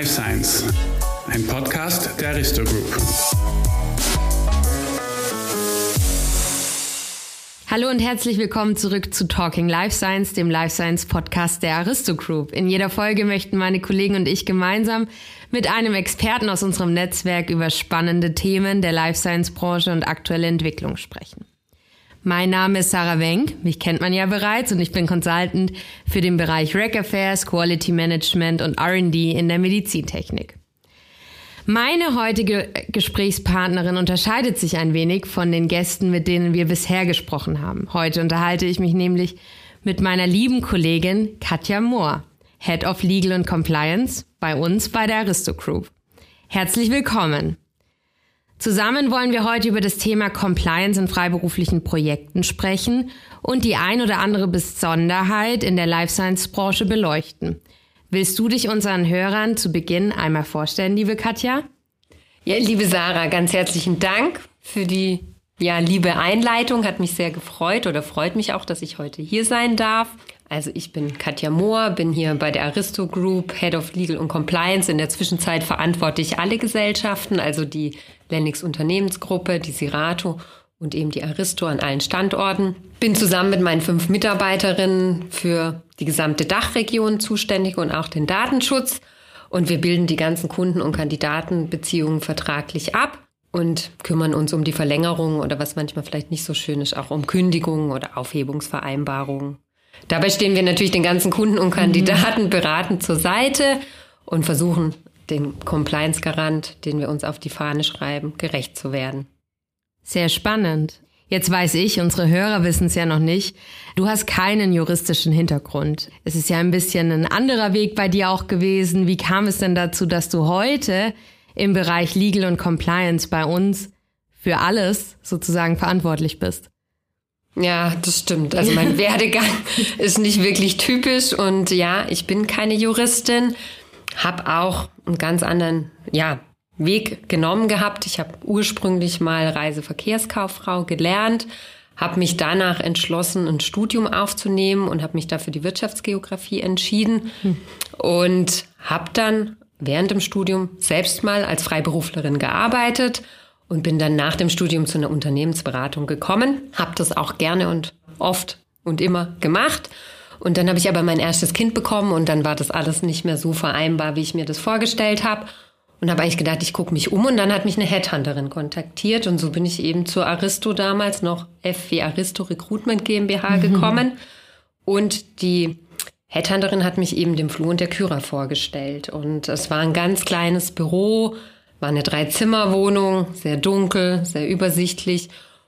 Life Science, ein Podcast der Aristo Group. Hallo und herzlich willkommen zurück zu Talking Life Science, dem Life Science Podcast der Aristo Group. In jeder Folge möchten meine Kollegen und ich gemeinsam mit einem Experten aus unserem Netzwerk über spannende Themen der Life Science Branche und aktuelle Entwicklung sprechen. Mein Name ist Sarah Wenk, mich kennt man ja bereits und ich bin Consultant für den Bereich Reg Affairs, Quality Management und R&D in der Medizintechnik. Meine heutige Gesprächspartnerin unterscheidet sich ein wenig von den Gästen, mit denen wir bisher gesprochen haben. Heute unterhalte ich mich nämlich mit meiner lieben Kollegin Katja Mohr, Head of Legal and Compliance bei uns bei der Aristo Group. Herzlich willkommen. Zusammen wollen wir heute über das Thema Compliance in freiberuflichen Projekten sprechen und die ein oder andere Besonderheit in der Life Science Branche beleuchten. Willst du dich unseren Hörern zu Beginn einmal vorstellen, liebe Katja? Ja, liebe Sarah, ganz herzlichen Dank für die liebe Einleitung. Hat mich sehr gefreut oder freut mich auch, dass ich heute hier sein darf. Also ich bin Katja Mohr, bin hier bei der Aristo Group, Head of Legal und Compliance. In der Zwischenzeit verantworte ich alle Gesellschaften, also die Lennix Unternehmensgruppe, die Sirato und eben die Aristo an allen Standorten. Bin zusammen mit meinen 5 Mitarbeiterinnen für die gesamte Dachregion zuständig und auch den Datenschutz. Und wir bilden die ganzen Kunden- und Kandidatenbeziehungen vertraglich ab und kümmern uns um die Verlängerung oder was manchmal vielleicht nicht so schön ist, auch um Kündigungen oder Aufhebungsvereinbarungen. Dabei stehen wir natürlich den ganzen Kunden und Kandidaten beratend zur Seite und versuchen, dem Compliance-Garant, den wir uns auf die Fahne schreiben, gerecht zu werden. Sehr spannend. Jetzt weiß ich, unsere Hörer wissen es ja noch nicht, du hast keinen juristischen Hintergrund. Es ist ja ein bisschen ein anderer Weg bei dir auch gewesen. Wie kam es denn dazu, dass du heute im Bereich Legal und Compliance bei uns für alles sozusagen verantwortlich bist? Ja, das stimmt. Also mein Werdegang ist nicht wirklich typisch und ja, ich bin keine Juristin, habe auch einen ganz anderen, Weg genommen gehabt. Ich habe ursprünglich mal Reiseverkehrskauffrau gelernt, habe mich danach entschlossen, ein Studium aufzunehmen und habe mich dafür die Wirtschaftsgeografie entschieden und habe dann während dem Studium selbst mal als Freiberuflerin gearbeitet und bin dann nach dem Studium zu einer Unternehmensberatung gekommen, habe das auch gerne und oft und immer gemacht. Und dann habe ich aber mein erstes Kind bekommen und dann war das alles nicht mehr so vereinbar, wie ich mir das vorgestellt habe. Und habe eigentlich gedacht, ich gucke mich um und dann hat mich eine Headhunterin kontaktiert und so bin ich eben zur Aristo damals noch F wie Aristo Recruitment GmbH gekommen und die Headhunterin hat mich eben dem Flo und der Kyra vorgestellt und es war ein ganz kleines Büro, war eine 3-Zimmer-Wohnung, sehr dunkel, sehr übersichtlich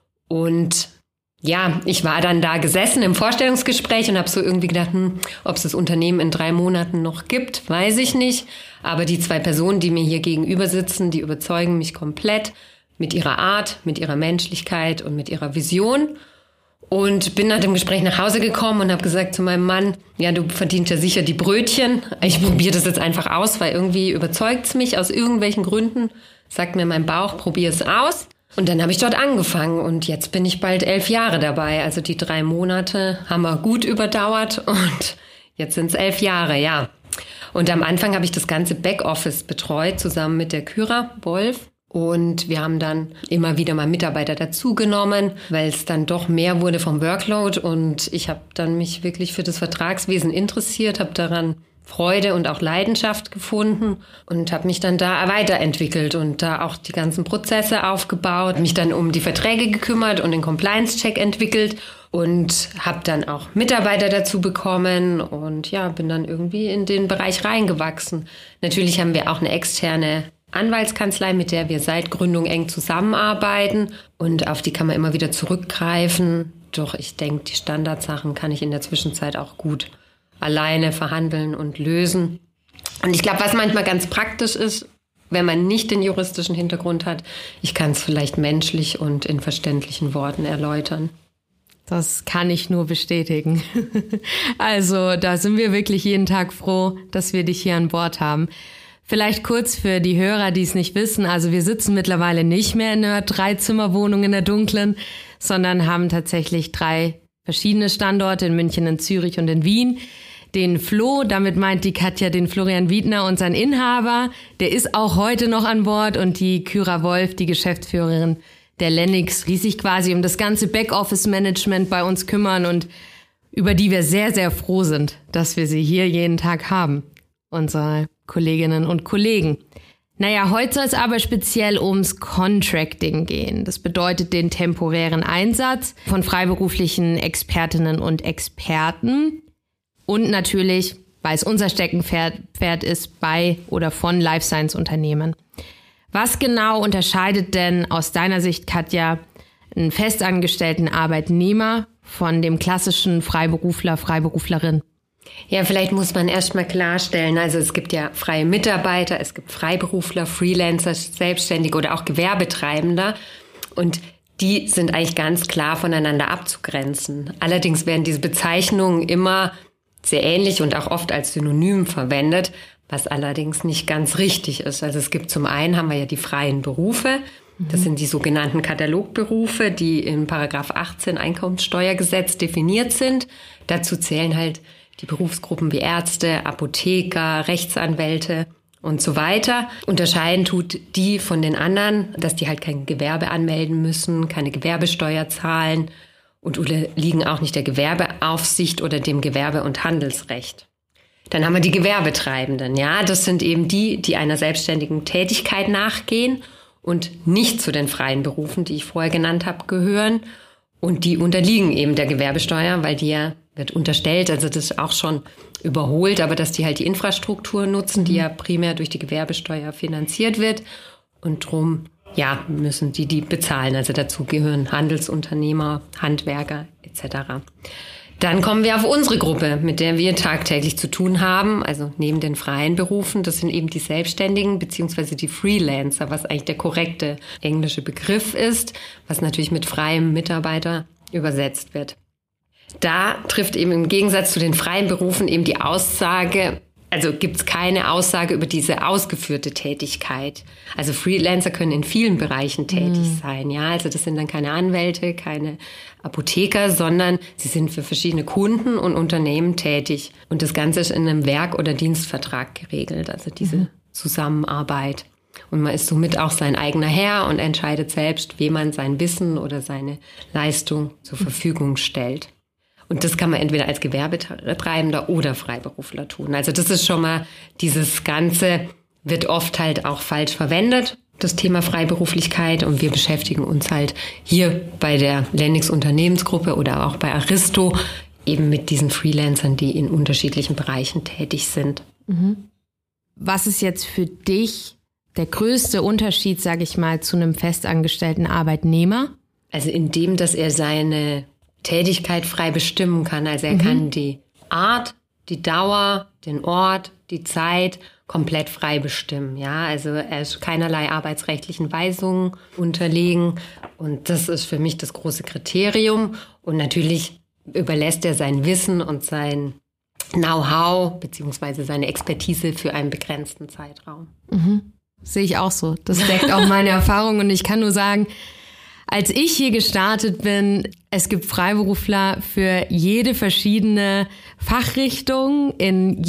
und ja, ich war dann da gesessen im Vorstellungsgespräch und habe so irgendwie gedacht, ob es das Unternehmen in 3 Monaten noch gibt, weiß ich nicht. Aber die 2 Personen, die mir hier gegenüber sitzen, die überzeugen mich komplett mit ihrer Art, mit ihrer Menschlichkeit und mit ihrer Vision. Und bin nach dem Gespräch nach Hause gekommen und habe gesagt zu meinem Mann, ja, du verdienst ja sicher die Brötchen. Ich probiere das jetzt einfach aus, weil irgendwie überzeugt's mich aus irgendwelchen Gründen. Sagt mir mein Bauch, probier es aus. Und dann habe ich dort angefangen und jetzt bin ich bald 11 Jahre dabei. Also die 3 Monate haben wir gut überdauert und jetzt sind es 11 Jahre, ja. Und am Anfang habe ich das ganze Backoffice betreut, zusammen mit der Kyra Wolf. Und wir haben dann immer wieder mal Mitarbeiter dazugenommen, weil es dann doch mehr wurde vom Workload. Und ich habe dann mich wirklich für das Vertragswesen interessiert, habe daran Freude und auch Leidenschaft gefunden und habe mich dann da weiterentwickelt und da auch die ganzen Prozesse aufgebaut, mich dann um die Verträge gekümmert und den Compliance-Check entwickelt und habe dann auch Mitarbeiter dazu bekommen und ja, bin dann irgendwie in den Bereich reingewachsen. Natürlich haben wir auch eine externe Anwaltskanzlei, mit der wir seit Gründung eng zusammenarbeiten und auf die kann man immer wieder zurückgreifen. Doch ich denke, die Standardsachen kann ich in der Zwischenzeit auch gut alleine verhandeln und lösen. Und ich glaube, was manchmal ganz praktisch ist, wenn man nicht den juristischen Hintergrund hat, ich kann es vielleicht menschlich und in verständlichen Worten erläutern. Das kann ich nur bestätigen. Also da sind wir wirklich jeden Tag froh, dass wir dich hier an Bord haben. Vielleicht kurz für die Hörer, die es nicht wissen. Also wir sitzen mittlerweile nicht mehr in einer 3-Zimmer-Wohnung in der dunklen, sondern haben tatsächlich 3 verschiedene Standorte in München, in Zürich und in Wien, den Flo, damit meint die Katja den Florian Wiedner und sein Inhaber, der ist auch heute noch an Bord, und die Kyra Wolf, die Geschäftsführerin der Lennox, die sich quasi um das ganze Backoffice-Management bei uns kümmern und über die wir sehr, sehr froh sind, dass wir sie hier jeden Tag haben, unsere Kolleginnen und Kollegen. Naja, heute soll es aber speziell ums Contracting gehen. Das bedeutet den temporären Einsatz von freiberuflichen Expertinnen und Experten. Und natürlich, weil es unser Steckenpferd ist, bei oder von Life Science Unternehmen. Was genau unterscheidet denn aus deiner Sicht, Katja, einen festangestellten Arbeitnehmer von dem klassischen Freiberufler, Freiberuflerin? Ja, vielleicht muss man erstmal klarstellen, also es gibt ja freie Mitarbeiter, es gibt Freiberufler, Freelancer, Selbstständige oder auch Gewerbetreibender, und die sind eigentlich ganz klar voneinander abzugrenzen. Allerdings werden diese Bezeichnungen immer sehr ähnlich und auch oft als Synonym verwendet, was allerdings nicht ganz richtig ist. Also es gibt zum einen, haben wir ja die freien Berufe, das sind die sogenannten Katalogberufe, die in Paragraph 18 Einkommenssteuergesetz definiert sind. Dazu zählen halt die Berufsgruppen wie Ärzte, Apotheker, Rechtsanwälte und so weiter. Unterscheiden tut die von den anderen, dass die halt kein Gewerbe anmelden müssen, keine Gewerbesteuer zahlen und unterliegen auch nicht der Gewerbeaufsicht oder dem Gewerbe- und Handelsrecht. Dann haben wir die Gewerbetreibenden. Ja, das sind eben die, die einer selbstständigen Tätigkeit nachgehen und nicht zu den freien Berufen, die ich vorher genannt habe, gehören. Und die unterliegen eben der Gewerbesteuer, weil die ja wird unterstellt, also das ist auch schon überholt, aber dass die halt die Infrastruktur nutzen, die ja primär durch die Gewerbesteuer finanziert wird. Und drum, ja, müssen die bezahlen. Also dazu gehören Handelsunternehmer, Handwerker etc. Dann kommen wir auf unsere Gruppe, mit der wir tagtäglich zu tun haben. Also neben den freien Berufen, das sind eben die Selbstständigen beziehungsweise die Freelancer, was eigentlich der korrekte englische Begriff ist, was natürlich mit freiem Mitarbeiter übersetzt wird. Da trifft eben im Gegensatz zu den freien Berufen eben die Aussage, also gibt es keine Aussage über diese ausgeführte Tätigkeit. Also Freelancer können in vielen Bereichen tätig sein. Ja, also das sind dann keine Anwälte, keine Apotheker, sondern sie sind für verschiedene Kunden und Unternehmen tätig. Und das Ganze ist in einem Werk- oder Dienstvertrag geregelt, also diese Zusammenarbeit. Und man ist somit auch sein eigener Herr und entscheidet selbst, wem man sein Wissen oder seine Leistung zur Verfügung stellt. Und das kann man entweder als Gewerbetreibender oder Freiberufler tun. Also das ist schon mal, dieses Ganze wird oft halt auch falsch verwendet, das Thema Freiberuflichkeit. Und wir beschäftigen uns halt hier bei der Lennox Unternehmensgruppe oder auch bei Aristo eben mit diesen Freelancern, die in unterschiedlichen Bereichen tätig sind. Was ist jetzt für dich der größte Unterschied, sage ich mal, zu einem festangestellten Arbeitnehmer? Also in dem, dass er seine Tätigkeit frei bestimmen kann. Also er kann die Art, die Dauer, den Ort, die Zeit komplett frei bestimmen. Ja, also er ist keinerlei arbeitsrechtlichen Weisungen unterlegen. Und das ist für mich das große Kriterium. Und natürlich überlässt er sein Wissen und sein Know-how beziehungsweise seine Expertise für einen begrenzten Zeitraum. Sehe ich auch so. Das deckt auch meine Erfahrung. Und ich kann nur sagen, als ich hier gestartet bin, es gibt Freiberufler für jede verschiedene Fachrichtung, in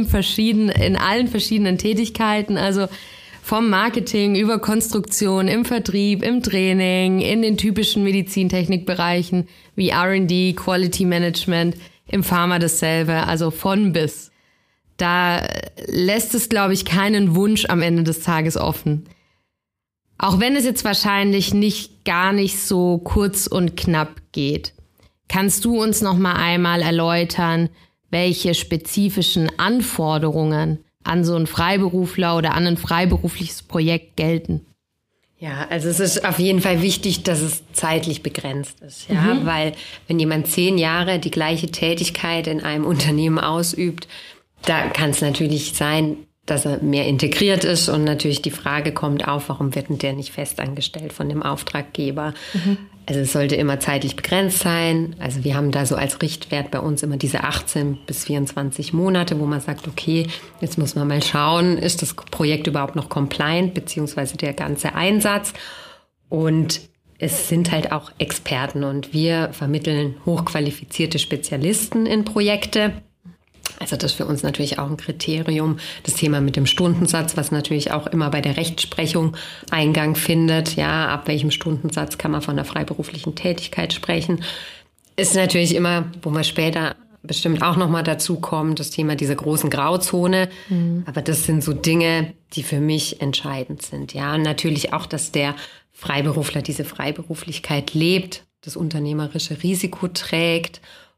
allen verschiedenen Tätigkeiten, also vom Marketing über Konstruktion, im Vertrieb, im Training, in den typischen Medizintechnikbereichen wie R&D, Quality Management, im Pharma dasselbe, also von bis. Da lässt es, glaube ich, keinen Wunsch am Ende des Tages offen. Auch wenn es jetzt wahrscheinlich gar nicht so kurz und knapp geht, kannst du uns noch mal einmal erläutern, welche spezifischen Anforderungen an so einen Freiberufler oder an ein freiberufliches Projekt gelten? Ja, also es ist auf jeden Fall wichtig, dass es zeitlich begrenzt ist, ja, weil wenn jemand 10 Jahre die gleiche Tätigkeit in einem Unternehmen ausübt, da kann es natürlich sein, dass er mehr integriert ist und natürlich die Frage kommt auf, warum wird denn der nicht festangestellt von dem Auftraggeber? Also es sollte immer zeitlich begrenzt sein. Also wir haben da so als Richtwert bei uns immer diese 18 bis 24 Monate, wo man sagt, okay, jetzt muss man mal schauen, ist das Projekt überhaupt noch compliant, beziehungsweise der ganze Einsatz. Und es sind halt auch Experten und wir vermitteln hochqualifizierte Spezialisten in Projekte. Also das ist für uns natürlich auch ein Kriterium. Das Thema mit dem Stundensatz, was natürlich auch immer bei der Rechtsprechung Eingang findet. Ja, ab welchem Stundensatz kann man von der freiberuflichen Tätigkeit sprechen? Ist natürlich immer, wo wir später bestimmt auch nochmal dazu kommen, das Thema dieser großen Grauzone. Aber das sind so Dinge, die für mich entscheidend sind. Ja, und natürlich auch, dass der Freiberufler diese Freiberuflichkeit lebt, das unternehmerische Risiko trägt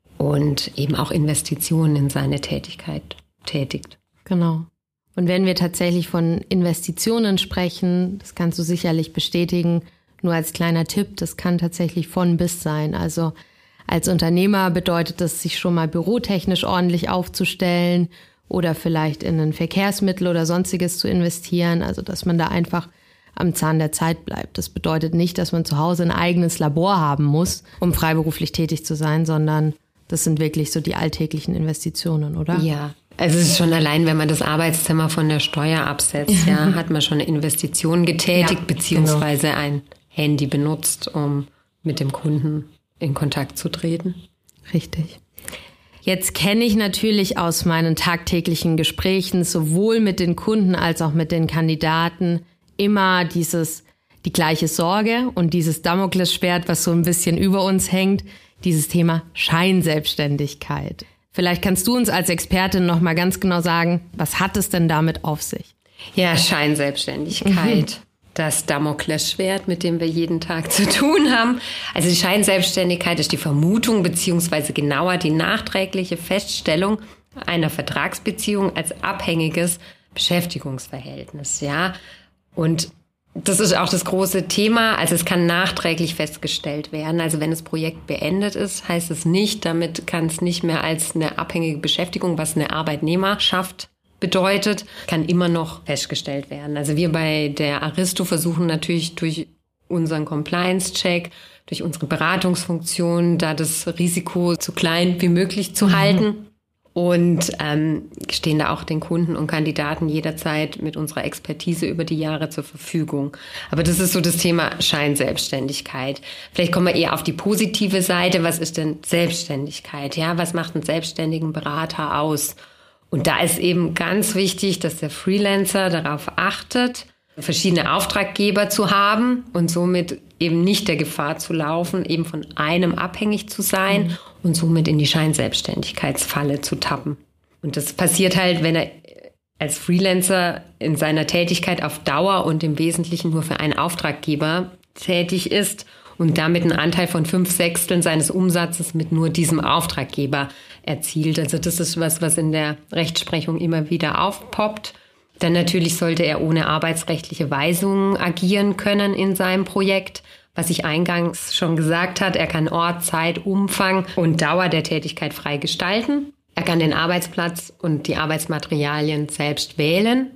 und eben auch Investitionen in seine Tätigkeit tätigt. Genau. Und wenn wir tatsächlich von Investitionen sprechen, das kannst du sicherlich bestätigen, nur als kleiner Tipp, das kann tatsächlich von bis sein. Also als Unternehmer bedeutet das, sich schon mal bürotechnisch ordentlich aufzustellen oder vielleicht in ein Verkehrsmittel oder sonstiges zu investieren. Also dass man da einfach am Zahn der Zeit bleibt. Das bedeutet nicht, dass man zu Hause ein eigenes Labor haben muss, um freiberuflich tätig zu sein, sondern das sind wirklich so die alltäglichen Investitionen, oder? Ja, also es ist schon allein, wenn man das Arbeitszimmer von der Steuer absetzt, ja, hat man schon eine Investition getätigt, beziehungsweise ein Handy benutzt, um mit dem Kunden in Kontakt zu treten. Richtig. Jetzt kenne ich natürlich aus meinen tagtäglichen Gesprächen sowohl mit den Kunden als auch mit den Kandidaten immer die gleiche Sorge und dieses Damoklesschwert, was so ein bisschen über uns hängt, dieses Thema Scheinselbstständigkeit. Vielleicht kannst du uns als Expertin noch mal ganz genau sagen, was hat es denn damit auf sich? Ja, Scheinselbstständigkeit. Das Damoklesschwert, mit dem wir jeden Tag zu tun haben. Also die Scheinselbstständigkeit ist die Vermutung beziehungsweise genauer die nachträgliche Feststellung einer Vertragsbeziehung als abhängiges Beschäftigungsverhältnis. Ja, und das ist auch das große Thema. Also es kann nachträglich festgestellt werden. Also wenn das Projekt beendet ist, heißt es nicht, damit kann es nicht mehr als eine abhängige Beschäftigung, was eine Arbeitnehmerschaft bedeutet, kann immer noch festgestellt werden. Also wir bei der Aristo versuchen natürlich durch unseren Compliance-Check, durch unsere Beratungsfunktion, da das Risiko so klein wie möglich zu halten und stehen da auch den Kunden und Kandidaten jederzeit mit unserer Expertise über die Jahre zur Verfügung. Aber das ist so das Thema Scheinselbstständigkeit. Vielleicht kommen wir eher auf die positive Seite. Was ist denn Selbstständigkeit? Ja, was macht einen selbstständigen Berater aus? Und da ist eben ganz wichtig, dass der Freelancer darauf achtet, verschiedene Auftraggeber zu haben und somit eben nicht der Gefahr zu laufen, eben von einem abhängig zu sein und somit in die Scheinselbstständigkeitsfalle zu tappen. Und das passiert halt, wenn er als Freelancer in seiner Tätigkeit auf Dauer und im Wesentlichen nur für einen Auftraggeber tätig ist und damit einen Anteil von 5/6 seines Umsatzes mit nur diesem Auftraggeber erzielt. Also das ist was in der Rechtsprechung immer wieder aufpoppt. Dann natürlich sollte er ohne arbeitsrechtliche Weisungen agieren können in seinem Projekt. Was ich eingangs schon gesagt habe, er kann Ort, Zeit, Umfang und Dauer der Tätigkeit frei gestalten. Er kann den Arbeitsplatz und die Arbeitsmaterialien selbst wählen.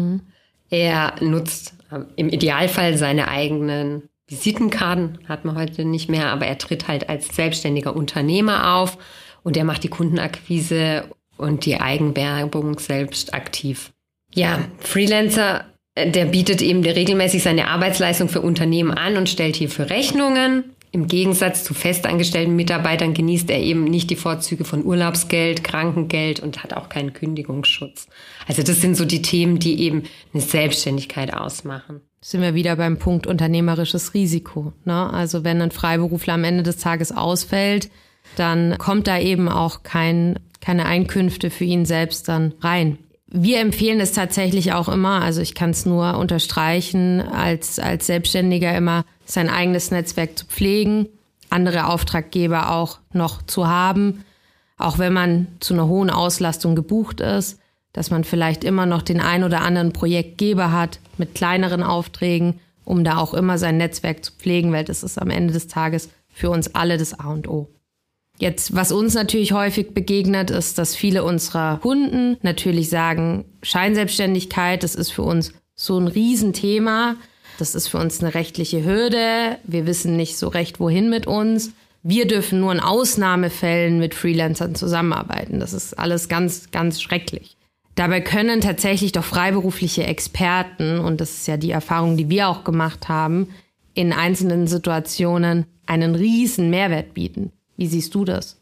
Er nutzt im Idealfall seine eigenen Visitenkarten, hat man heute nicht mehr, aber er tritt halt als selbstständiger Unternehmer auf und er macht die Kundenakquise und die Eigenwerbung selbst aktiv. Ja, Freelancer, der bietet eben regelmäßig seine Arbeitsleistung für Unternehmen an und stellt hierfür Rechnungen. Im Gegensatz zu festangestellten Mitarbeitern genießt er eben nicht die Vorzüge von Urlaubsgeld, Krankengeld und hat auch keinen Kündigungsschutz. Also das sind so die Themen, die eben eine Selbstständigkeit ausmachen. Sind wir wieder beim Punkt unternehmerisches Risiko, ne? Also wenn ein Freiberufler am Ende des Tages ausfällt, dann kommt da eben auch keine Einkünfte für ihn selbst dann rein. Wir empfehlen es tatsächlich auch immer, also ich kann es nur unterstreichen, als Selbstständiger immer sein eigenes Netzwerk zu pflegen, andere Auftraggeber auch noch zu haben, auch wenn man zu einer hohen Auslastung gebucht ist, dass man vielleicht immer noch den ein oder anderen Projektgeber hat mit kleineren Aufträgen, um da auch immer sein Netzwerk zu pflegen, weil das ist am Ende des Tages für uns alle das A und O. Jetzt, was uns natürlich häufig begegnet, ist, dass viele unserer Kunden natürlich sagen, Scheinselbstständigkeit, das ist für uns so ein Riesenthema, das ist für uns eine rechtliche Hürde, wir wissen nicht so recht, wohin mit uns. Wir dürfen nur in Ausnahmefällen mit Freelancern zusammenarbeiten. Das ist alles ganz, ganz schrecklich. Dabei können tatsächlich doch freiberufliche Experten, und das ist ja die Erfahrung, die wir auch gemacht haben, in einzelnen Situationen einen riesen Mehrwert bieten. Wie siehst du das?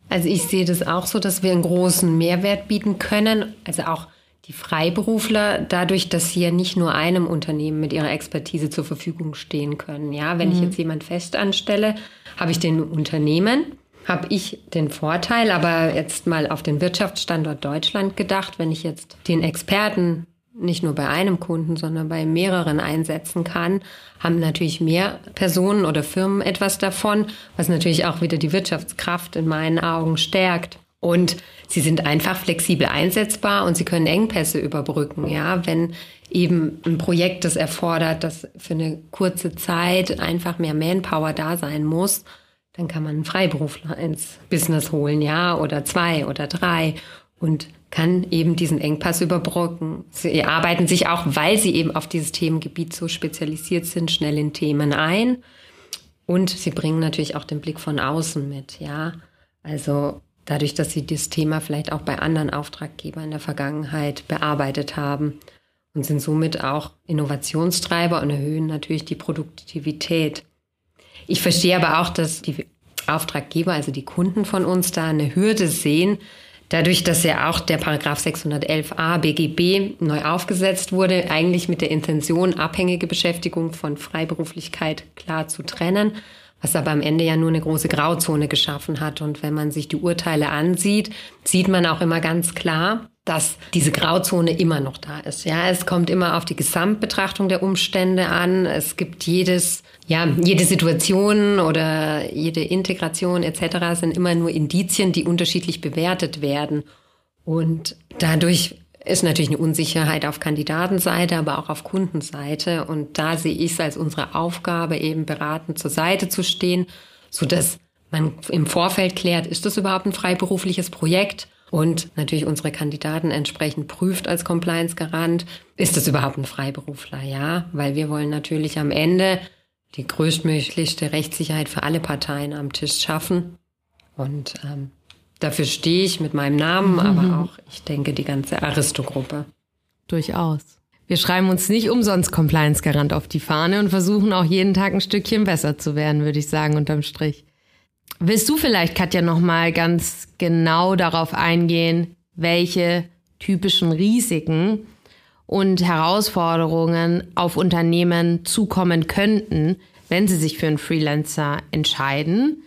Also ich sehe das auch so, dass wir einen großen Mehrwert bieten können. Also auch die Freiberufler, dadurch, dass sie ja nicht nur einem Unternehmen mit ihrer Expertise zur Verfügung stehen können. Ja, wenn ich jetzt jemand fest anstelle, habe ich den Unternehmen, habe ich den Vorteil, aber jetzt mal auf den Wirtschaftsstandort Deutschland gedacht, wenn ich jetzt den Experten nicht nur bei einem Kunden, sondern bei mehreren einsetzen kann, haben natürlich mehr Personen oder Firmen etwas davon, was natürlich auch wieder die Wirtschaftskraft in meinen Augen stärkt. Und sie sind einfach flexibel einsetzbar und sie können Engpässe überbrücken. Ja, wenn eben ein Projekt das erfordert, dass für eine kurze Zeit einfach mehr Manpower da sein muss, dann kann man einen Freiberufler ins Business holen, ja, oder 2 oder 3 und kann eben diesen Engpass überbrücken. Sie arbeiten sich auch, weil sie eben auf dieses Themengebiet so spezialisiert sind, schnell in Themen ein. Und sie bringen natürlich auch den Blick von außen mit, ja. Also dadurch, dass sie das Thema vielleicht auch bei anderen Auftraggebern in der Vergangenheit bearbeitet haben und sind somit auch Innovationstreiber und erhöhen natürlich die Produktivität. Ich verstehe aber auch, dass die Auftraggeber, also die Kunden von uns, da eine Hürde sehen, dadurch, dass ja auch der Paragraph 611a BGB neu aufgesetzt wurde, eigentlich mit der Intention, abhängige Beschäftigung von Freiberuflichkeit klar zu trennen, was aber am Ende ja nur eine große Grauzone geschaffen hat. Und wenn man sich die Urteile ansieht, sieht man auch immer ganz klar, dass diese Grauzone immer noch da ist. Ja, es kommt immer auf die Gesamtbetrachtung der Umstände an. Es gibt jede Situation oder jede Integration etc. sind immer nur Indizien, die unterschiedlich bewertet werden. Und dadurch ist natürlich eine Unsicherheit auf Kandidatenseite, aber auch auf Kundenseite. Und da sehe ich es als unsere Aufgabe, eben beratend zur Seite zu stehen, sodass man im Vorfeld klärt, ist das überhaupt ein freiberufliches Projekt? Und natürlich unsere Kandidaten entsprechend prüft als Compliance-Garant, ist das überhaupt ein Freiberufler? Ja, weil wir wollen natürlich am Ende die größtmöglichste Rechtssicherheit für alle Parteien am Tisch schaffen. Und dafür stehe ich mit meinem Namen, aber auch, ich denke, die ganze Aristo-Gruppe. Durchaus. Wir schreiben uns nicht umsonst Compliance-Garant auf die Fahne und versuchen auch jeden Tag ein Stückchen besser zu werden, würde ich sagen, unterm Strich. Willst du vielleicht, Katja, noch mal ganz genau darauf eingehen, welche typischen Risiken und Herausforderungen auf Unternehmen zukommen könnten, wenn sie sich für einen Freelancer entscheiden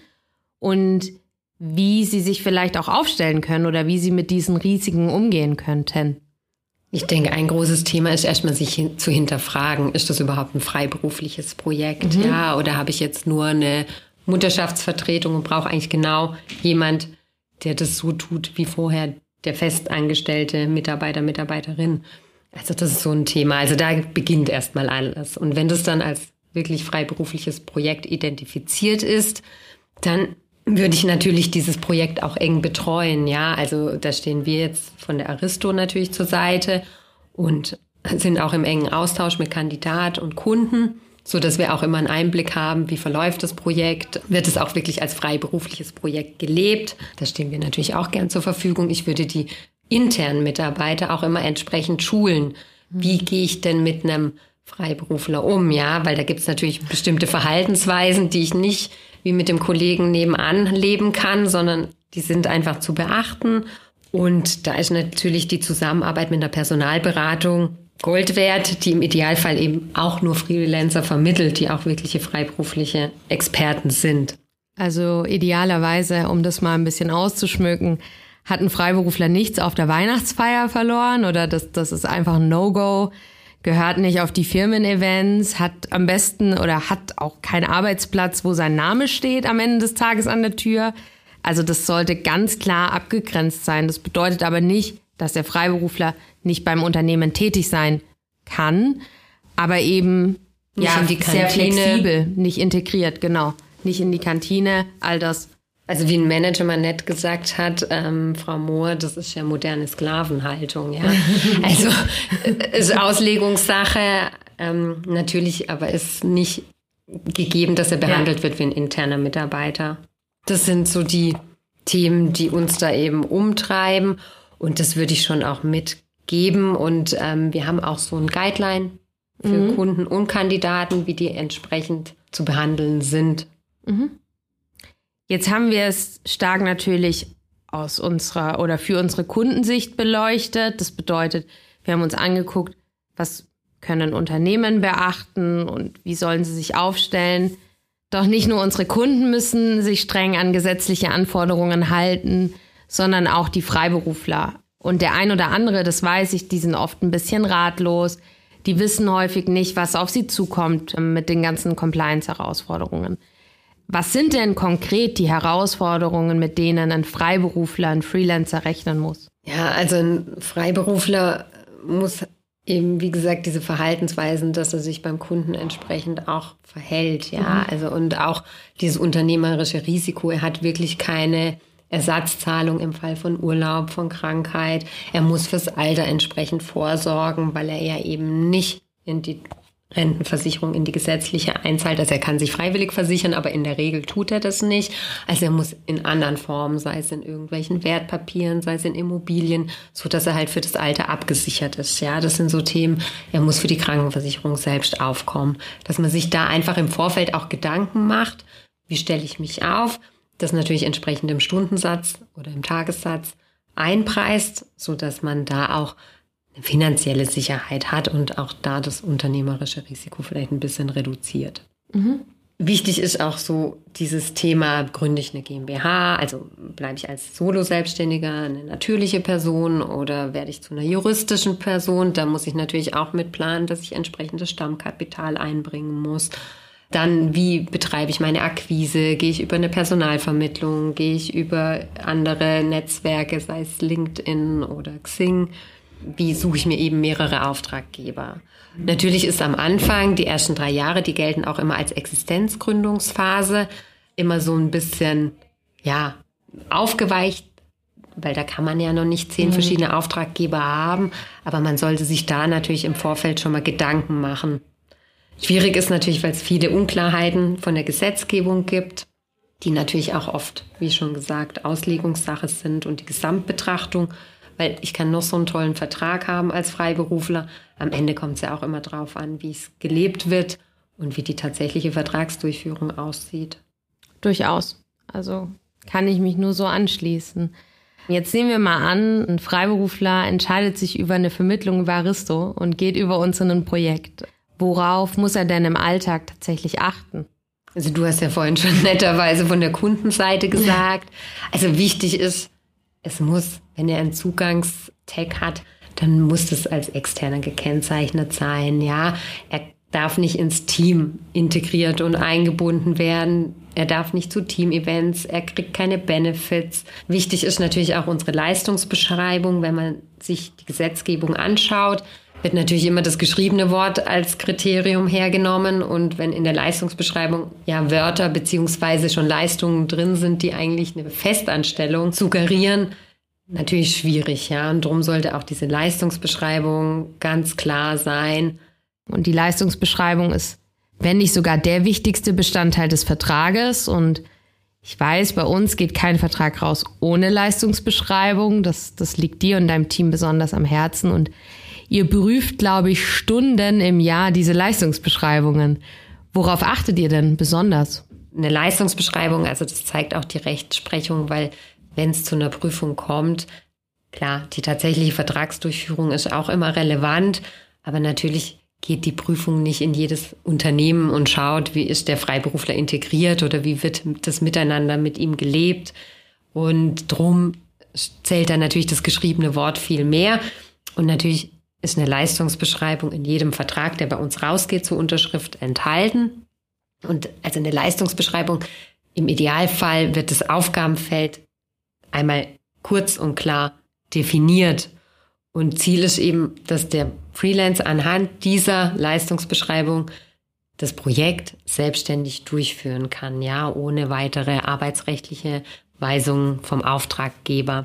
und wie sie sich vielleicht auch aufstellen können oder wie sie mit diesen Risiken umgehen könnten? Ich denke, ein großes Thema ist erstmal sich zu hinterfragen, ist das überhaupt ein freiberufliches Projekt? Ja, oder habe ich jetzt nur eine Mutterschaftsvertretung und brauche eigentlich genau jemand, der das so tut wie vorher der festangestellte Mitarbeiter, Mitarbeiterin. Also das ist so ein Thema. Also da beginnt erstmal alles. Und wenn das dann als wirklich freiberufliches Projekt identifiziert ist, dann würde ich natürlich dieses Projekt auch eng betreuen. Ja, also da stehen wir jetzt von der Aristo natürlich zur Seite und sind auch im engen Austausch mit Kandidat und Kunden, so dass wir auch immer einen Einblick haben, wie verläuft das Projekt, wird es auch wirklich als freiberufliches Projekt gelebt. Da stehen wir natürlich auch gern zur Verfügung. Ich würde die internen Mitarbeiter auch immer entsprechend schulen. Wie gehe ich denn mit einem Freiberufler um? Ja, weil da gibt es natürlich bestimmte Verhaltensweisen, die ich nicht wie mit dem Kollegen nebenan leben kann, sondern die sind einfach zu beachten. Und da ist natürlich die Zusammenarbeit mit einer Personalberatung Gold wert, die im Idealfall eben auch nur Freelancer vermittelt, die auch wirkliche freiberufliche Experten sind. Also idealerweise, um das mal ein bisschen auszuschmücken, hat ein Freiberufler nichts auf der Weihnachtsfeier verloren oder das ist einfach ein No-Go, gehört nicht auf die Firmen-Events, hat am besten oder hat auch keinen Arbeitsplatz, wo sein Name steht am Ende des Tages an der Tür. Also das sollte ganz klar abgegrenzt sein. Das bedeutet aber nicht, dass der Freiberufler nicht beim Unternehmen tätig sein kann, aber eben sehr flexibel, nicht integriert, genau. Nicht in die Kantine, all das. Also wie ein Manager mal nett gesagt hat, Frau Mohr, das ist ja moderne Sklavenhaltung, ja. Also ist Auslegungssache, natürlich, aber ist nicht gegeben, dass er behandelt wird wie ein interner Mitarbeiter. Das sind so die Themen, die uns da eben umtreiben. Und das würde ich schon auch mitgeben. Und wir haben auch so ein Guideline für Kunden und Kandidaten, wie die entsprechend zu behandeln sind. Mhm. Jetzt haben wir es stark natürlich aus unserer oder für unsere Kundensicht beleuchtet. Das bedeutet, wir haben uns angeguckt, was können Unternehmen beachten und wie sollen sie sich aufstellen. Doch nicht nur unsere Kunden müssen sich streng an gesetzliche Anforderungen halten, sondern auch die Freiberufler. Und der ein oder andere, das weiß ich, die sind oft ein bisschen ratlos. Die wissen häufig nicht, was auf sie zukommt mit den ganzen Compliance-Herausforderungen. Was sind denn konkret die Herausforderungen, mit denen ein Freiberufler, ein Freelancer rechnen muss? Ja, also ein Freiberufler muss eben, wie gesagt, diese Verhaltensweisen, dass er sich beim Kunden entsprechend auch verhält, ja. Also und auch dieses unternehmerische Risiko. Er hat wirklich keine Ersatzzahlung im Fall von Urlaub, von Krankheit. Er muss fürs Alter entsprechend vorsorgen, weil er ja eben nicht in die Rentenversicherung, in die gesetzliche einzahlt. Also er kann sich freiwillig versichern, aber in der Regel tut er das nicht. Also er muss in anderen Formen, sei es in irgendwelchen Wertpapieren, sei es in Immobilien, so dass er halt für das Alter abgesichert ist. Ja, das sind so Themen. Er muss für die Krankenversicherung selbst aufkommen. Dass man sich da einfach im Vorfeld auch Gedanken macht. Wie stelle ich mich auf? Das natürlich entsprechend im Stundensatz oder im Tagessatz einpreist, so dass man da auch eine finanzielle Sicherheit hat und auch da das unternehmerische Risiko vielleicht ein bisschen reduziert. Wichtig ist auch so dieses Thema, gründe ich eine GmbH, also bleibe ich als Solo-Selbstständiger eine natürliche Person oder werde ich zu einer juristischen Person? Da muss ich natürlich auch mit planen, dass ich entsprechendes Stammkapital einbringen muss. Dann, wie betreibe ich meine Akquise? Gehe ich über eine Personalvermittlung? Gehe ich über andere Netzwerke, sei es LinkedIn oder Xing? Wie suche ich mir eben mehrere Auftraggeber? Natürlich ist am Anfang, die ersten 3 Jahre, die gelten auch immer als Existenzgründungsphase, immer so ein bisschen, ja, aufgeweicht, weil da kann man ja noch nicht 10 verschiedene Auftraggeber haben, aber man sollte sich da natürlich im Vorfeld schon mal Gedanken machen. Schwierig ist natürlich, weil es viele Unklarheiten von der Gesetzgebung gibt, die natürlich auch oft, wie schon gesagt, Auslegungssache sind und die Gesamtbetrachtung. Weil ich kann noch so einen tollen Vertrag haben als Freiberufler. Am Ende kommt es ja auch immer drauf an, wie es gelebt wird und wie die tatsächliche Vertragsdurchführung aussieht. Durchaus. Also kann ich mich nur so anschließen. Jetzt nehmen wir mal an, ein Freiberufler entscheidet sich über eine Vermittlung über Aristo und geht über uns in ein Projekt. Worauf muss er denn im Alltag tatsächlich achten? Also du hast ja vorhin schon netterweise von der Kundenseite gesagt. Also wichtig ist, es muss, wenn er einen Zugangstag hat, dann muss das als externer gekennzeichnet sein, ja. Er darf nicht ins Team integriert und eingebunden werden. Er darf nicht zu Team-Events. Er kriegt keine Benefits. Wichtig ist natürlich auch unsere Leistungsbeschreibung. Wenn man sich die Gesetzgebung anschaut, wird natürlich immer das geschriebene Wort als Kriterium hergenommen. Und wenn in der Leistungsbeschreibung ja Wörter beziehungsweise schon Leistungen drin sind, die eigentlich eine Festanstellung suggerieren, natürlich schwierig, ja. Und darum sollte auch diese Leistungsbeschreibung ganz klar sein. Und die Leistungsbeschreibung ist, wenn nicht sogar der wichtigste Bestandteil des Vertrages. Und ich weiß, bei uns geht kein Vertrag raus ohne Leistungsbeschreibung. Das liegt dir und deinem Team besonders am Herzen. Und ihr prüft, glaube ich, Stunden im Jahr diese Leistungsbeschreibungen. Worauf achtet ihr denn besonders? Eine Leistungsbeschreibung, also das zeigt auch die Rechtsprechung, weil wenn es zu einer Prüfung kommt, klar, die tatsächliche Vertragsdurchführung ist auch immer relevant, aber natürlich geht die Prüfung nicht in jedes Unternehmen und schaut, wie ist der Freiberufler integriert oder wie wird das Miteinander mit ihm gelebt. Und drum zählt dann natürlich das geschriebene Wort viel mehr. Und natürlich ist eine Leistungsbeschreibung in jedem Vertrag, der bei uns rausgeht, zur Unterschrift enthalten. Und also eine Leistungsbeschreibung, im Idealfall wird das Aufgabenfeld einmal kurz und klar definiert. Und Ziel ist eben, dass der Freelancer anhand dieser Leistungsbeschreibung das Projekt selbstständig durchführen kann, ja, ohne weitere arbeitsrechtliche Weisungen vom Auftraggeber.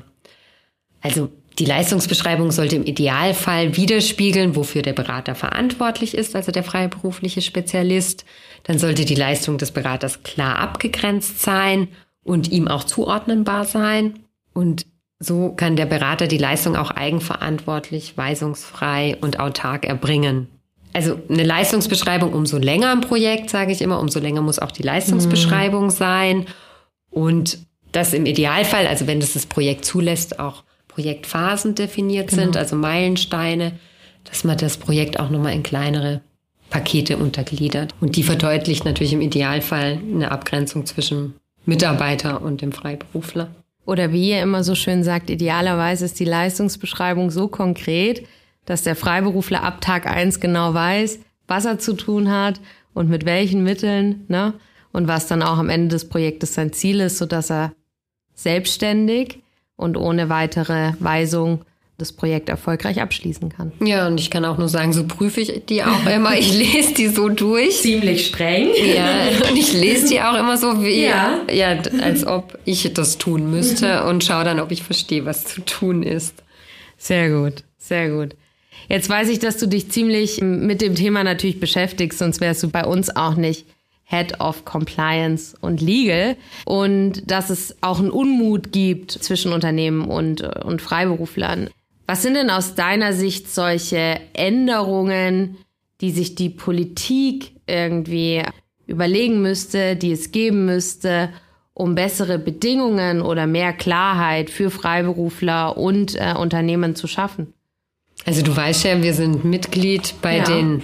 Also die Leistungsbeschreibung sollte im Idealfall widerspiegeln, wofür der Berater verantwortlich ist, also der freiberufliche Spezialist. Dann sollte die Leistung des Beraters klar abgegrenzt sein und ihm auch zuordnenbar sein. Und so kann der Berater die Leistung auch eigenverantwortlich, weisungsfrei und autark erbringen. Also eine Leistungsbeschreibung umso länger im Projekt, sage ich immer, umso länger muss auch die Leistungsbeschreibung sein. Und dass im Idealfall, also wenn das Projekt zulässt, auch Projektphasen definiert sind, also Meilensteine, dass man das Projekt auch nochmal in kleinere Pakete untergliedert. Und die verdeutlicht natürlich im Idealfall eine Abgrenzung zwischen Mitarbeiter und dem Freiberufler. Oder wie ihr immer so schön sagt, idealerweise ist die Leistungsbeschreibung so konkret, dass der Freiberufler ab Tag 1 genau weiß, was er zu tun hat und mit welchen Mitteln, ne? Und was dann auch am Ende des Projektes sein Ziel ist, sodass er selbstständig und ohne weitere Weisung das Projekt erfolgreich abschließen kann. Ja, und ich kann auch nur sagen, so prüfe ich die auch immer. Ich lese die so durch. Ziemlich streng. Ja, und ich lese die auch immer so wie, als ob ich das tun müsste und schaue dann, ob ich verstehe, was zu tun ist. Sehr gut, sehr gut. Jetzt weiß ich, dass du dich ziemlich mit dem Thema natürlich beschäftigst, sonst wärst du bei uns auch nicht Head of Compliance und Legal. Und dass es auch einen Unmut gibt zwischen Unternehmen und Freiberuflern. Was sind denn aus deiner Sicht solche Änderungen, die sich die Politik irgendwie überlegen müsste, die es geben müsste, um bessere Bedingungen oder mehr Klarheit für Freiberufler und Unternehmen zu schaffen? Also du weißt ja, wir sind Mitglied bei den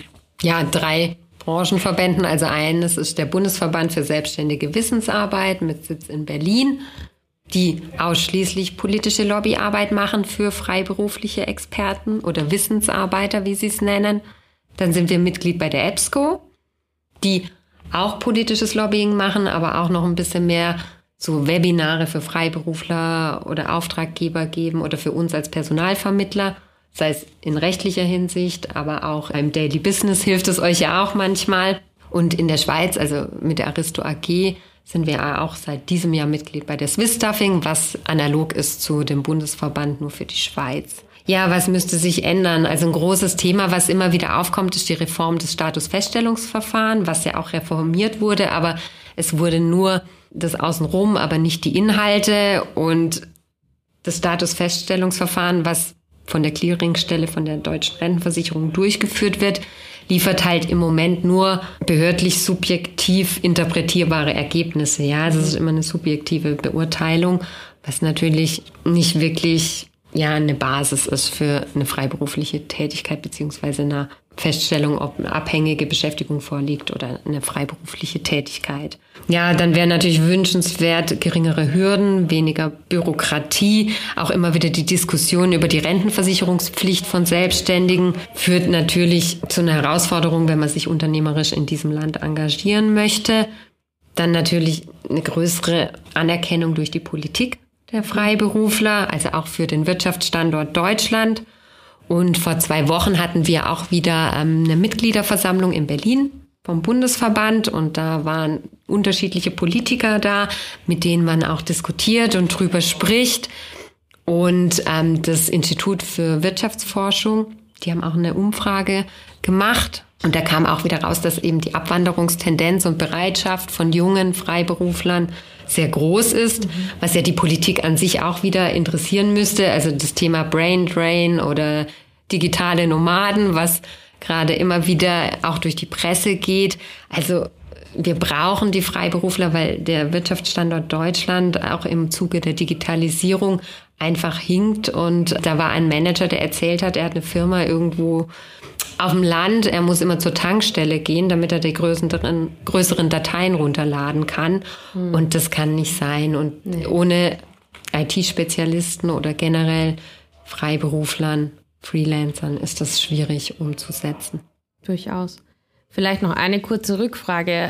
3 Branchenverbänden. Also eines ist der Bundesverband für selbstständige Wissensarbeit mit Sitz in Berlin, die ausschließlich politische Lobbyarbeit machen für freiberufliche Experten oder Wissensarbeiter, wie sie es nennen. Dann sind wir Mitglied bei der EBSCO, die auch politisches Lobbying machen, aber auch noch ein bisschen mehr so Webinare für Freiberufler oder Auftraggeber geben oder für uns als Personalvermittler, sei es in rechtlicher Hinsicht, aber auch im Daily Business hilft es euch ja auch manchmal. Und in der Schweiz, also mit der Aristo AG, sind wir auch seit diesem Jahr Mitglied bei der Swiss Staffing, was analog ist zu dem Bundesverband nur für die Schweiz. Ja, was müsste sich ändern? Also ein großes Thema, was immer wieder aufkommt, ist die Reform des Statusfeststellungsverfahrens, was ja auch reformiert wurde, aber es wurde nur das Außenrum, aber nicht die Inhalte. Und das Statusfeststellungsverfahren, was von der Clearingstelle von der Deutschen Rentenversicherung durchgeführt wird, liefert halt im Moment nur behördlich subjektiv interpretierbare Ergebnisse. Ja, also es ist immer eine subjektive Beurteilung, was natürlich nicht wirklich eine Basis ist für eine freiberufliche Tätigkeit beziehungsweise eine Feststellung, ob eine abhängige Beschäftigung vorliegt oder eine freiberufliche Tätigkeit. Ja, dann wäre natürlich wünschenswert geringere Hürden, weniger Bürokratie. Auch immer wieder die Diskussion über die Rentenversicherungspflicht von Selbstständigen führt natürlich zu einer Herausforderung, wenn man sich unternehmerisch in diesem Land engagieren möchte. Dann natürlich eine größere Anerkennung durch die Politik der Freiberufler, also auch für den Wirtschaftsstandort Deutschland. Und vor 2 Wochen hatten wir auch wieder eine Mitgliederversammlung in Berlin vom Bundesverband und da waren unterschiedliche Politiker da, mit denen man auch diskutiert und drüber spricht. Und das Institut für Wirtschaftsforschung, die haben auch eine Umfrage gemacht und da kam auch wieder raus, dass eben die Abwanderungstendenz und Bereitschaft von jungen Freiberuflern sehr groß ist, was ja die Politik an sich auch wieder interessieren müsste. Also das Thema Brain Drain oder digitale Nomaden, was gerade immer wieder auch durch die Presse geht. Also wir brauchen die Freiberufler, weil der Wirtschaftsstandort Deutschland auch im Zuge der Digitalisierung einfach hinkt. Und da war ein Manager, der erzählt hat, er hat eine Firma irgendwo auf dem Land, er muss immer zur Tankstelle gehen, damit er die größeren Dateien runterladen kann. Und das kann nicht sein. Und ohne IT-Spezialisten oder generell Freiberuflern, Freelancern ist das schwierig umzusetzen. Durchaus. Vielleicht noch eine kurze Rückfrage.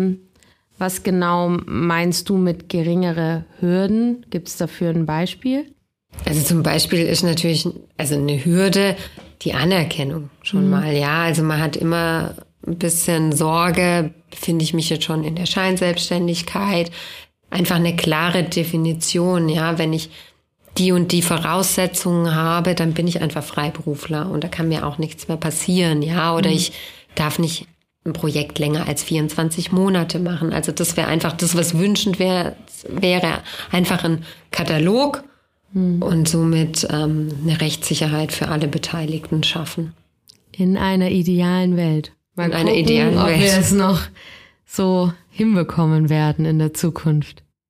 Was genau meinst du mit geringere Hürden? Gibt es dafür ein Beispiel? Also zum Beispiel ist natürlich eine Hürde die Anerkennung schon mal. Ja, also man hat immer ein bisschen Sorge, befinde ich mich jetzt schon in der Scheinselbstständigkeit? Einfach eine klare Definition. Ja, wenn ich die und die Voraussetzungen habe, dann bin ich einfach Freiberufler und da kann mir auch nichts mehr passieren. Ja, oder ich darf nicht ein Projekt länger als 24 Monate machen. Also das wäre einfach das, was wünschend wäre einfach ein Katalog und somit eine Rechtssicherheit für alle Beteiligten schaffen. In einer idealen Welt. Mal gucken, ob wir es noch so hinbekommen werden in der Zukunft.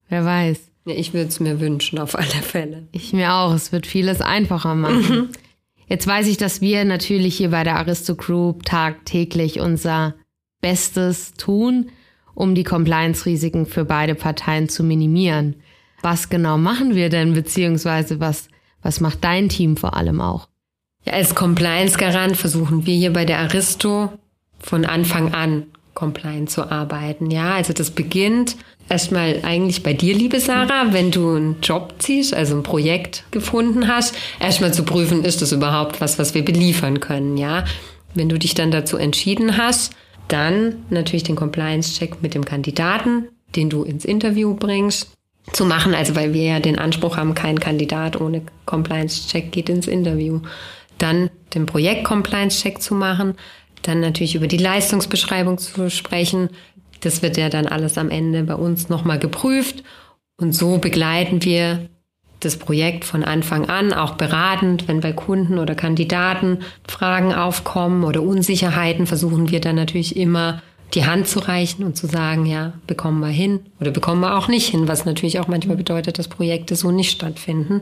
Wer weiß. Ja, ich würde es mir wünschen, auf alle Fälle. Ich mir auch. Es wird vieles einfacher machen. Jetzt weiß ich, dass wir natürlich hier bei der Aristo Group tagtäglich unser Bestes tun, um die Compliance-Risiken für beide Parteien zu minimieren. Was genau machen wir denn, beziehungsweise was macht dein Team vor allem auch? Ja, als Compliance-Garant versuchen wir hier bei der Aristo von Anfang an compliant zu arbeiten. Ja, also das beginnt erstmal eigentlich bei dir, liebe Sarah, wenn du einen Job ziehst, also ein Projekt gefunden hast, erstmal zu prüfen, ist das überhaupt was wir beliefern können, ja. Wenn du dich dann dazu entschieden hast, dann natürlich den Compliance-Check mit dem Kandidaten, den du ins Interview bringst, zu machen, also weil wir ja den Anspruch haben, kein Kandidat ohne Compliance-Check geht ins Interview. Dann den Projekt-Compliance-Check zu machen, dann natürlich über die Leistungsbeschreibung zu sprechen. Das wird ja dann alles am Ende bei uns nochmal geprüft. Und so begleiten wir das Projekt von Anfang an, auch beratend, wenn bei Kunden oder Kandidaten Fragen aufkommen oder Unsicherheiten, versuchen wir dann natürlich immer die Hand zu reichen und zu sagen, ja, bekommen wir hin oder bekommen wir auch nicht hin, was natürlich auch manchmal bedeutet, dass Projekte so nicht stattfinden.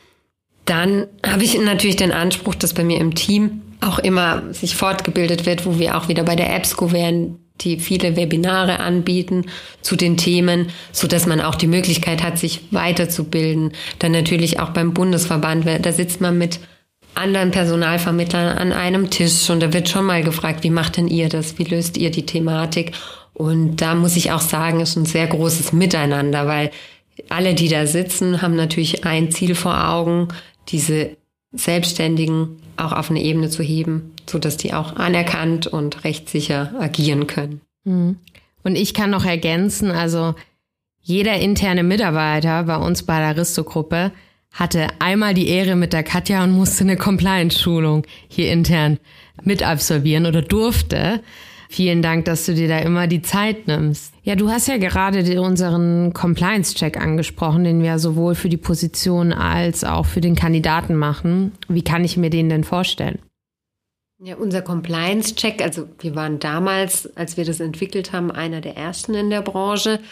Dann habe ich natürlich den Anspruch, dass bei mir im Team auch immer sich fortgebildet wird, wo wir auch wieder bei der EBSCO wären, die viele Webinare anbieten zu den Themen, so dass man auch die Möglichkeit hat, sich weiterzubilden. Dann natürlich auch beim Bundesverband, da sitzt man mit anderen Personalvermittlern an einem Tisch und da wird schon mal gefragt, wie macht denn ihr das? Wie löst ihr die Thematik? Und da muss ich auch sagen, ist ein sehr großes Miteinander, weil alle, die da sitzen, haben natürlich ein Ziel vor Augen, diese Selbstständigen auch auf eine Ebene zu heben, sodass die auch anerkannt und rechtssicher agieren können. Und ich kann noch ergänzen, also jeder interne Mitarbeiter bei uns bei der Aristo-Gruppe hatte einmal die Ehre mit der Katja und musste eine Compliance-Schulung hier intern mit absolvieren oder durfte. Vielen Dank, dass du dir da immer die Zeit nimmst. Ja, du hast ja gerade unseren Compliance-Check angesprochen, den wir sowohl für die Position als auch für den Kandidaten machen. Wie kann ich mir den denn vorstellen? Ja, unser Compliance-Check, also wir waren damals, als wir das entwickelt haben, einer der ersten in der Branche,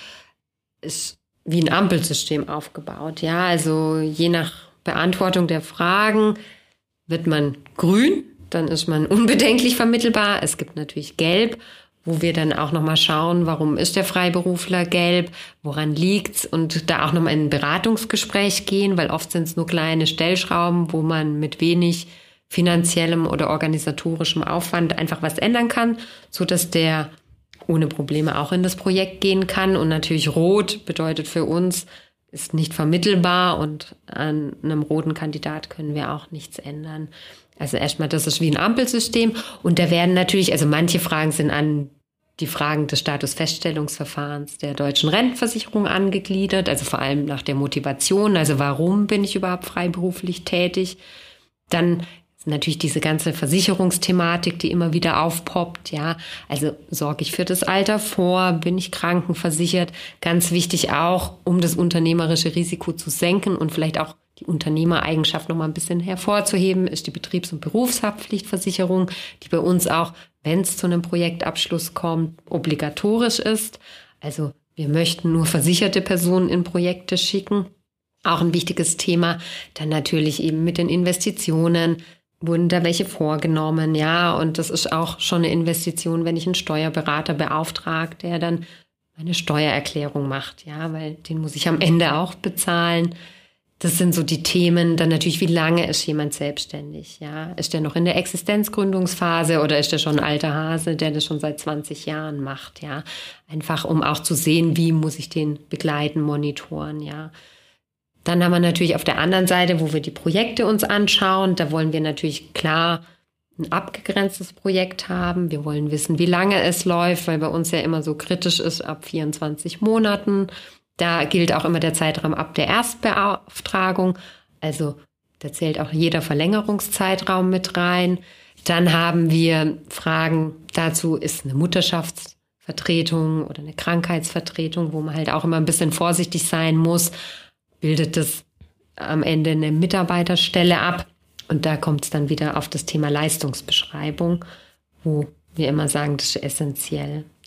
ist wie ein Ampelsystem aufgebaut. Ja, also je nach Beantwortung der Fragen wird man grün, dann ist man unbedenklich vermittelbar. Es gibt natürlich gelb, wo wir dann auch nochmal schauen, warum ist der Freiberufler gelb, woran liegt's und da auch nochmal in ein Beratungsgespräch gehen, weil oft sind es nur kleine Stellschrauben, wo man mit wenig finanziellem oder organisatorischem Aufwand einfach was ändern kann, so dass der ohne Probleme auch in das Projekt gehen kann. Und natürlich rot bedeutet für uns, ist nicht vermittelbar und an einem roten Kandidat können wir auch nichts ändern. Also erstmal, das ist wie ein Ampelsystem und da werden natürlich, also manche Fragen sind an die Fragen des Statusfeststellungsverfahrens der deutschen Rentenversicherung angegliedert, also vor allem nach der Motivation, also warum bin ich überhaupt freiberuflich tätig. Dann natürlich diese ganze Versicherungsthematik, die immer wieder aufpoppt, ja. Also sorge ich für das Alter vor, bin ich krankenversichert? Ganz wichtig auch, um das unternehmerische Risiko zu senken und vielleicht auch die Unternehmereigenschaft noch mal ein bisschen hervorzuheben, ist die Betriebs- und Berufshaftpflichtversicherung, die bei uns auch, wenn es zu einem Projektabschluss kommt, obligatorisch ist. Also wir möchten nur versicherte Personen in Projekte schicken. Auch ein wichtiges Thema. Dann natürlich eben mit den Investitionen. Wurden da welche vorgenommen? Ja, und das ist auch schon eine Investition, wenn ich einen Steuerberater beauftrage, der dann eine Steuererklärung macht. Ja, weil den muss ich am Ende auch bezahlen. Das sind so die Themen. Dann natürlich, wie lange ist jemand selbstständig? Ja, ist der noch in der Existenzgründungsphase oder ist der schon ein alter Hase, der das schon seit 20 Jahren macht? Ja, einfach um auch zu sehen, wie muss ich den begleiten, monitoren? Ja. Dann haben wir natürlich auf der anderen Seite, wo wir die Projekte uns anschauen, da wollen wir natürlich klar ein abgegrenztes Projekt haben. Wir wollen wissen, wie lange es läuft, weil bei uns ja immer so kritisch ist ab 24 Monaten. Da gilt auch immer der Zeitraum ab der Erstbeauftragung. Also da zählt auch jeder Verlängerungszeitraum mit rein. Dann haben wir Fragen dazu, ist eine Mutterschaftsvertretung oder eine Krankheitsvertretung, wo man halt auch immer ein bisschen vorsichtig sein muss. Bildet das am Ende eine Mitarbeiterstelle ab. Und da kommt es dann wieder auf das Thema Leistungsbeschreibung, wo wir immer sagen, das ist essentiell.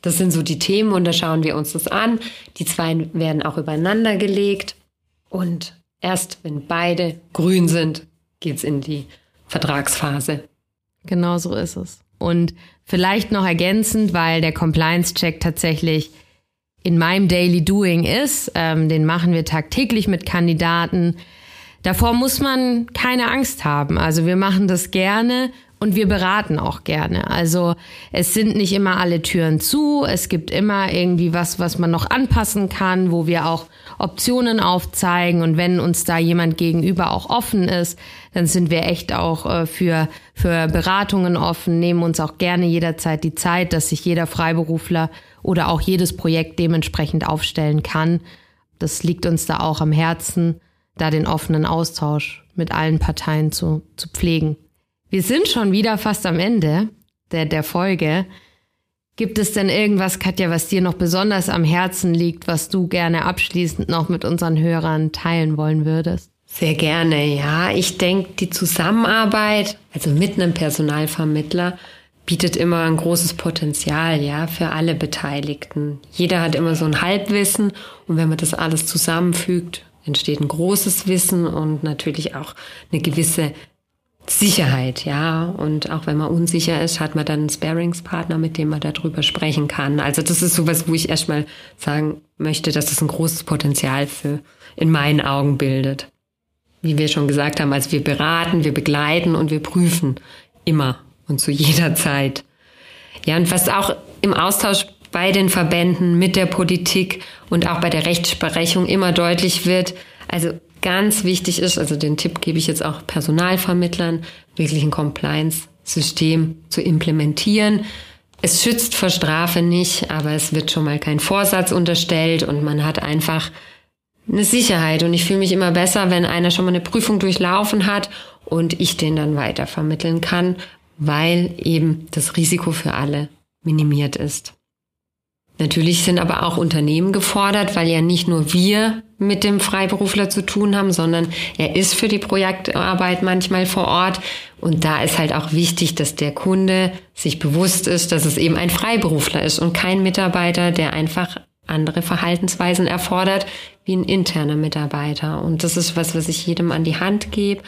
Das sind so die Themen und da schauen wir uns das an. Die 2 werden auch übereinander gelegt und erst wenn beide grün sind, geht's in die Vertragsphase. Genau so ist es. Und vielleicht noch ergänzend, weil der Compliance-Check tatsächlich in meinem Daily Doing ist, den machen wir tagtäglich mit Kandidaten. Davor muss man keine Angst haben. Also wir machen das gerne und wir beraten auch gerne. Also es sind nicht immer alle Türen zu. Es gibt immer irgendwie was man noch anpassen kann, wo wir auch Optionen aufzeigen. Und wenn uns da jemand gegenüber auch offen ist, dann sind wir echt auch für Beratungen offen, nehmen uns auch gerne jederzeit die Zeit, dass sich jeder Freiberufler oder auch jedes Projekt dementsprechend aufstellen kann. Das liegt uns da auch am Herzen, da den offenen Austausch mit allen Parteien zu pflegen. Wir sind schon wieder fast am Ende der Folge. Gibt es denn irgendwas, Katja, was dir noch besonders am Herzen liegt, was du gerne abschließend noch mit unseren Hörern teilen wollen würdest? Sehr gerne, ja. Ich denke, die Zusammenarbeit, also mit einem Personalvermittler, bietet immer ein großes Potenzial, ja, für alle Beteiligten. Jeder hat immer so ein Halbwissen und wenn man das alles zusammenfügt, entsteht ein großes Wissen und natürlich auch eine gewisse Sicherheit, ja. Und auch wenn man unsicher ist, hat man dann einen Sparringspartner, mit dem man darüber sprechen kann. Also das ist sowas, wo ich erstmal sagen möchte, dass das ein großes Potenzial in meinen Augen bildet. Wie wir schon gesagt haben, also wir beraten, wir begleiten und wir prüfen immer und zu jeder Zeit. Ja, und was auch im Austausch bei den Verbänden, mit der Politik und auch bei der Rechtsprechung immer deutlich wird, also ganz wichtig ist, also den Tipp gebe ich jetzt auch Personalvermittlern, wirklich ein Compliance-System zu implementieren. Es schützt vor Strafe nicht, aber es wird schon mal kein Vorsatz unterstellt und man hat einfach eine Sicherheit. Und ich fühle mich immer besser, wenn einer schon mal eine Prüfung durchlaufen hat und ich den dann weitervermitteln kann, weil eben das Risiko für alle minimiert ist. Natürlich sind aber auch Unternehmen gefordert, weil ja nicht nur wir mit dem Freiberufler zu tun haben, sondern er ist für die Projektarbeit manchmal vor Ort. Und da ist halt auch wichtig, dass der Kunde sich bewusst ist, dass es eben ein Freiberufler ist und kein Mitarbeiter, der einfach andere Verhaltensweisen erfordert wie ein interner Mitarbeiter. Und das ist was ich jedem an die Hand gebe.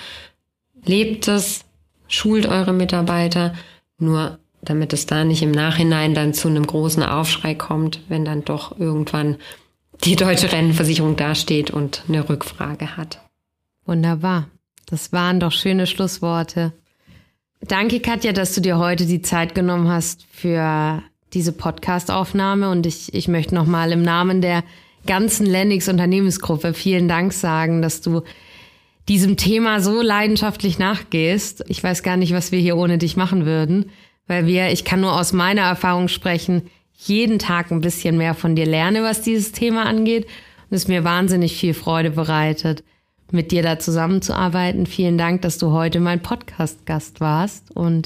Lebt es, schult eure Mitarbeiter, nur damit es da nicht im Nachhinein dann zu einem großen Aufschrei kommt, wenn dann doch irgendwann die Deutsche Rentenversicherung dasteht und eine Rückfrage hat. Wunderbar. Das waren doch schöne Schlussworte. Danke, Katja, dass du dir heute die Zeit genommen hast für diese Podcast-Aufnahme und ich möchte nochmal im Namen der ganzen Lennox Unternehmensgruppe vielen Dank sagen, dass du diesem Thema so leidenschaftlich nachgehst. Ich weiß gar nicht, was wir hier ohne dich machen würden. Weil ich kann nur aus meiner Erfahrung sprechen, jeden Tag ein bisschen mehr von dir lerne, was dieses Thema angeht. Und es mir wahnsinnig viel Freude bereitet, mit dir da zusammenzuarbeiten. Vielen Dank, dass du heute mein Podcast-Gast warst. Und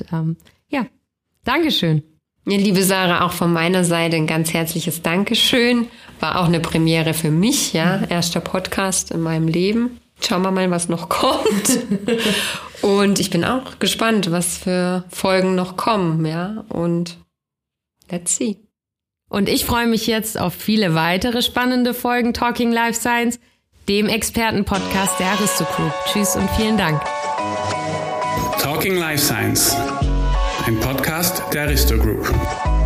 Dankeschön. Ja, liebe Sarah, auch von meiner Seite ein ganz herzliches Dankeschön. War auch eine Premiere für mich, ja. Erster Podcast in meinem Leben. Schauen wir mal, was noch kommt. Und ich bin auch gespannt, was für Folgen noch kommen, ja. Und let's see. Und ich freue mich jetzt auf viele weitere spannende Folgen Talking Life Science, dem Expertenpodcast der Aristo Group. Tschüss und vielen Dank. Talking Life Science, ein Podcast der Aristo Group.